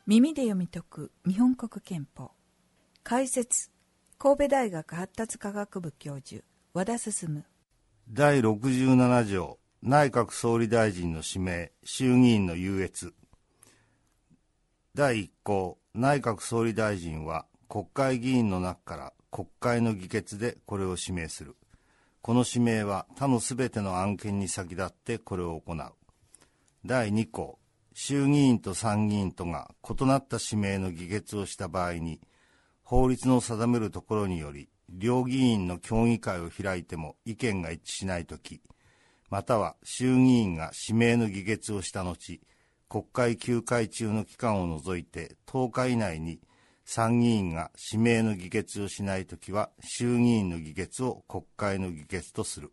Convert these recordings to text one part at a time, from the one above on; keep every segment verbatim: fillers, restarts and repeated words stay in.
耳で読み解く日本国憲法。解説、神戸大学発達科学部教授和田進。 だいろくじゅうなな条、内閣総理大臣の指名、衆議院の優越。だいいっ項、内閣総理大臣は国会議員の中から国会の議決でこれを指名する。この指名は他のすべての案件に先立ってこれを行う。だいに項、衆議院と参議院とが異なった指名の議決をした場合に、法律の定めるところにより、両議員の協議会を開いても意見が一致しないとき、または衆議院が指名の議決をした後、国会休会中の期間を除いてとおか以内に参議院が指名の議決をしないときは、衆議院の議決を国会の議決とする。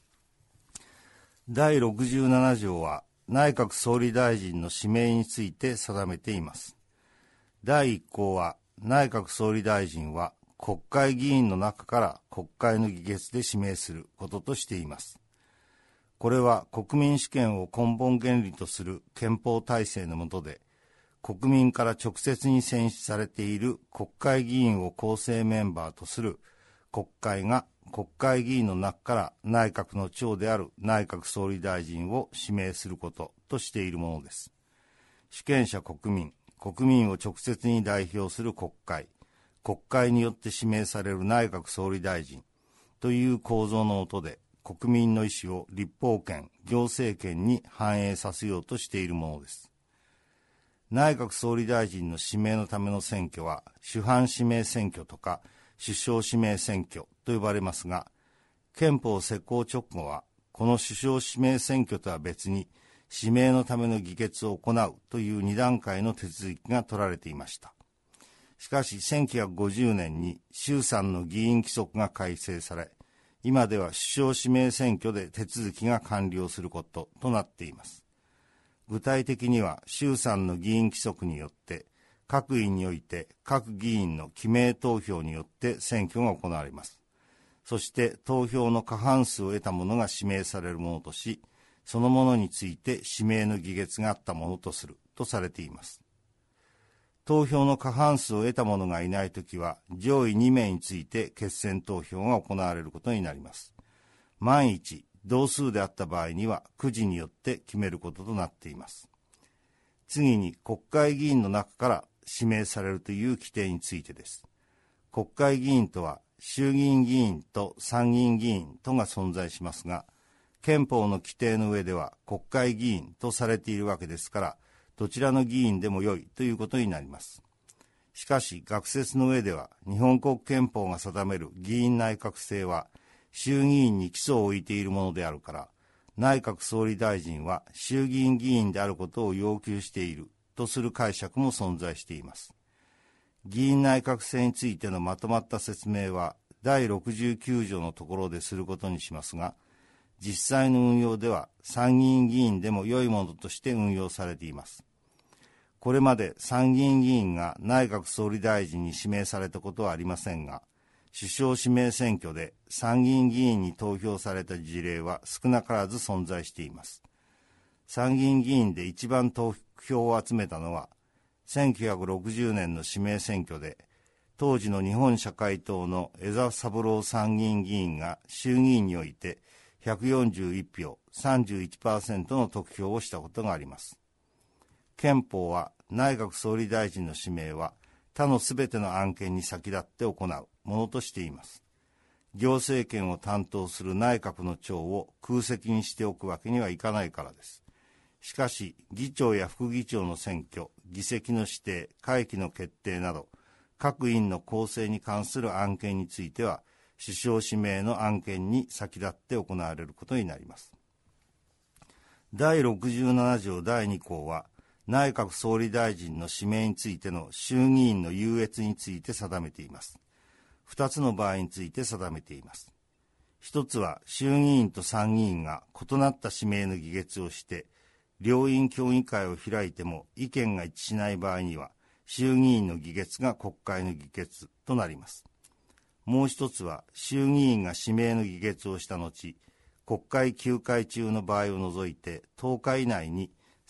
だいろくじゅうなな条は、内閣総理大臣の指名について定めています。だいいっ項は、内閣総理大臣は国会議員の中から国会の議決で指名することとしています。これは国民主権を根本原理とする憲法体制の下で、国民から直接に選出されている国会議員を構成メンバーとする国会が国会議員の中から内閣の長である内閣総理大臣を指名することとしているものです。主権者国民、国民を直接に代表する国会、国会によって指名される内閣総理大臣という構造の下で、国民の意思を立法権、行政権に反映させようとしているものです。内閣総理大臣の指名のための選挙は、主犯指名選挙とか首相指名選挙と呼ばれますが、憲法施行直後は、この首相指名選挙とは別に、指名のための議決を行うというに段階の手続きが取られていました。しかし、せんきゅうひゃくごじゅうねんに衆参の議員規則が改正され、今では首相指名選挙で手続きが完了することとなっています。具体的には、衆参の議員規則によって、各院において各議員の記名投票によって選挙が行われます。そして投票の過半数を得た者が指名されるものとし、そのものについて指名の議決があったものとするとされています。投票の過半数を得た者がいないときは、上位に名について決選投票が行われることになります。万一同数であった場合にはくじによって決めることとなっています。次に国会議員の中から指名されるという規定についてです。国会議員とは衆議院議員と参議院議員とが存在しますが、憲法の規定の上では国会議員とされているわけですから、どちらの議員でも良いということになります。しかし学説の上では、日本国憲法が定める議員内閣制は衆議院に基礎を置いているものであるから、内閣総理大臣は衆議院議員であることを要求しているとする解釈も存在しています。議員内閣制についてのまとまった説明はだいろくじゅうきゅう条のところですることにしますが、実際の運用では参議院議員でも良いものとして運用されています。これまで参議院議員が内閣総理大臣に指名されたことはありませんが、首相指名選挙で参議院議員に投票された事例は少なからず存在しています。参議院議員で一番投票を集めたのは、せんきゅうひゃくろくじゅうねんの指名選挙で、当時の日本社会党の江田三郎参議院議員が衆議院においてひゃくよんじゅういち票、さんじゅういちパーセント の得票をしたことがあります。憲法は内閣総理大臣の指名は他のすべての案件に先立って行うものとしています。行政権を担当する内閣の長を空席にしておくわけにはいかないからです。しかし、議長や副議長の選挙、議席の指定、会期の決定など、各院の構成に関する案件については、首相指名の案件に先立って行われることになります。だいろくじゅうなな条だいに項は、内閣総理大臣の指名についての衆議院の優越について定めています。二つの場合について定めています。一つは衆議院と参議院が異なった指名の議決をして、両院協議会を開いても意見が一致しない場合には、衆議院の議決が国会の議決となります。もう一つは衆議院が指名の議決をした後、国会休会中の場合を除いてとおか以内に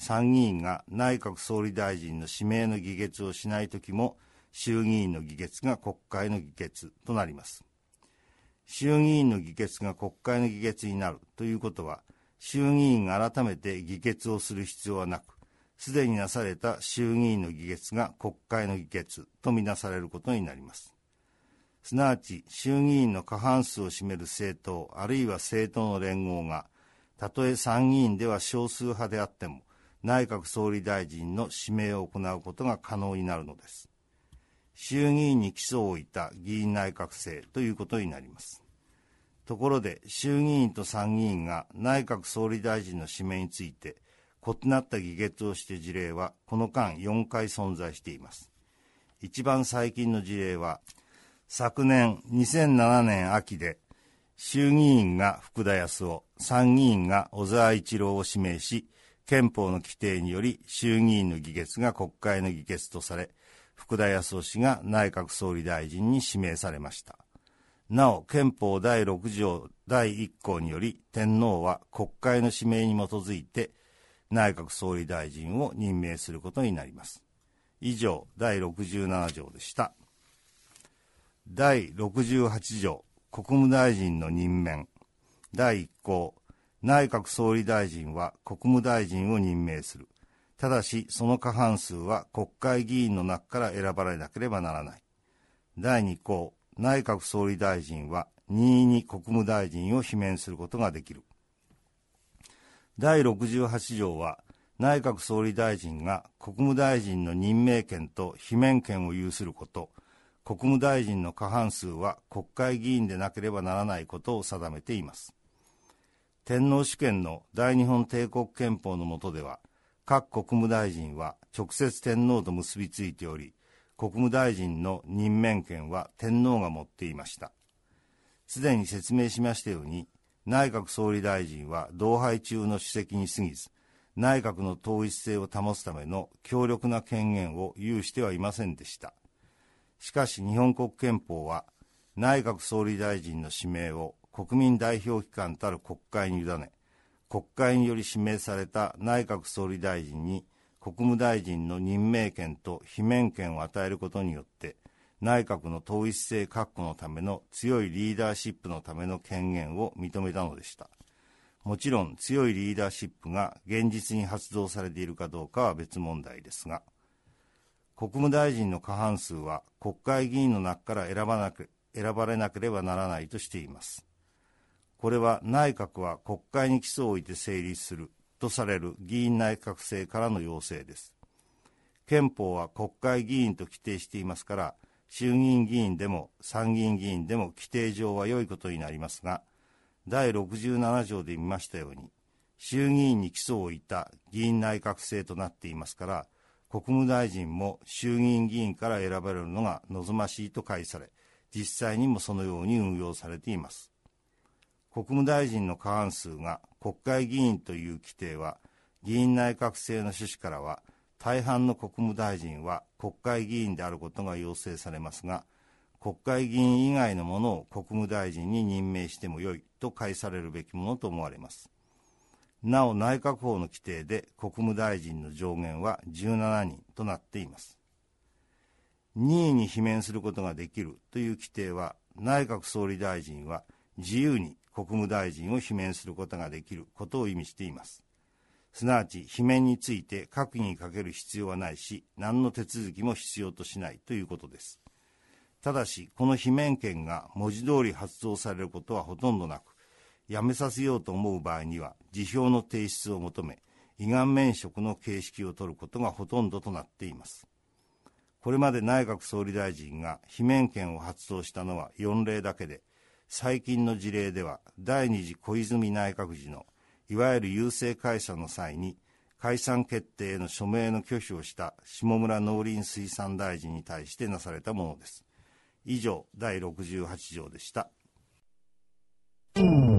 参議院が内閣総理大臣の指名の議決をしないときも、衆議院の議決が国会の議決となります。衆議院の議決が国会の議決になるということは、衆議院が改めて議決をする必要はなく、すでになされた衆議院の議決が国会の議決とみなされることになります。すなわち、衆議院の過半数を占める政党、あるいは政党の連合が、たとえ参議院では少数派であっても、内閣総理大臣の指名を行うことが可能になるのです。衆議院に基礎を置いた議院内閣制ということになります。ところで、衆議院と参議院が内閣総理大臣の指名について異なった議決をしている事例はこの間よんかい存在しています。一番最近の事例は、昨年にせんななねん秋で衆議院が福田康夫、参議院が小沢一郎を指名し、憲法の規定により衆議院の議決が国会の議決とされ、福田康夫氏が内閣総理大臣に指名されました。なお、憲法だいろく条だいいっ項により、天皇は国会の指名に基づいて内閣総理大臣を任命することになります。以上、だいろくじゅうなな条でした。だいろくじゅうはち条、国務大臣の任免。だいいっ項、内閣総理大臣は国務大臣を任命する。ただし、その過半数は国会議員の中から選ばれなければならない。だいに項、内閣総理大臣は任意に国務大臣を罷免することができる。だいろくじゅうはち条は、内閣総理大臣が国務大臣の任命権と罷免権を有すること、国務大臣の過半数は国会議員でなければならないことを定めています。天皇主権の大日本帝国憲法の下では、各国務大臣は直接天皇と結びついており、国務大臣の任免権は天皇が持っていました。すでに説明しましたように、内閣総理大臣は同拝中の主席に過ぎず、内閣の統一性を保つための強力な権限を有してはいませんでした。しかし日本国憲法は、内閣総理大臣の指名を国民代表機関たる国会に委ね、国会により指名された内閣総理大臣に国務大臣の任命権と罷免権を与えることによって、内閣の統一性確保のための強いリーダーシップのための権限を認めたのでした。もちろん強いリーダーシップが現実に発動されているかどうかは別問題ですが、国務大臣の過半数は国会議員の中から選ばなく、選ばれなければならないとしています。これは内閣は国会に基礎を置いて成立するとされる議院内閣制からの要請です。憲法は国会議員と規定していますから、衆議院議員でも参議院議員でも規定上は良いことになりますが、だいろくじゅうなな条で見ましたように、衆議院に基礎を置いた議員内閣制となっていますから、国務大臣も衆議院議員から選ばれるのが望ましいと解され、実際にもそのように運用されています。国務大臣の過半数が国会議員という規定は、議員内閣制の趣旨からは、大半の国務大臣は国会議員であることが要請されますが、国会議員以外のものを国務大臣に任命してもよいと解されるべきものと思われます。なお内閣法の規定で国務大臣の上限はじゅうななにんとなっています。任意に罷免することができるという規定は、内閣総理大臣は自由に国務大臣を罷免することができることを意味しています。すなわち罷免について閣議にかける必要はないし、何の手続きも必要としないということです。ただし、この罷免権が文字通り発動されることはほとんどなく、やめさせようと思う場合には辞表の提出を求め、依願免職の形式を取ることがほとんどとなっています。これまで内閣総理大臣が罷免権を発動したのはよんれいだけで、最近の事例では第二次小泉内閣時のいわゆる郵政解散の際に解散決定への署名の拒否をした下村農林水産大臣に対してなされたものです。以上、だいろくじゅうはち条でした。うん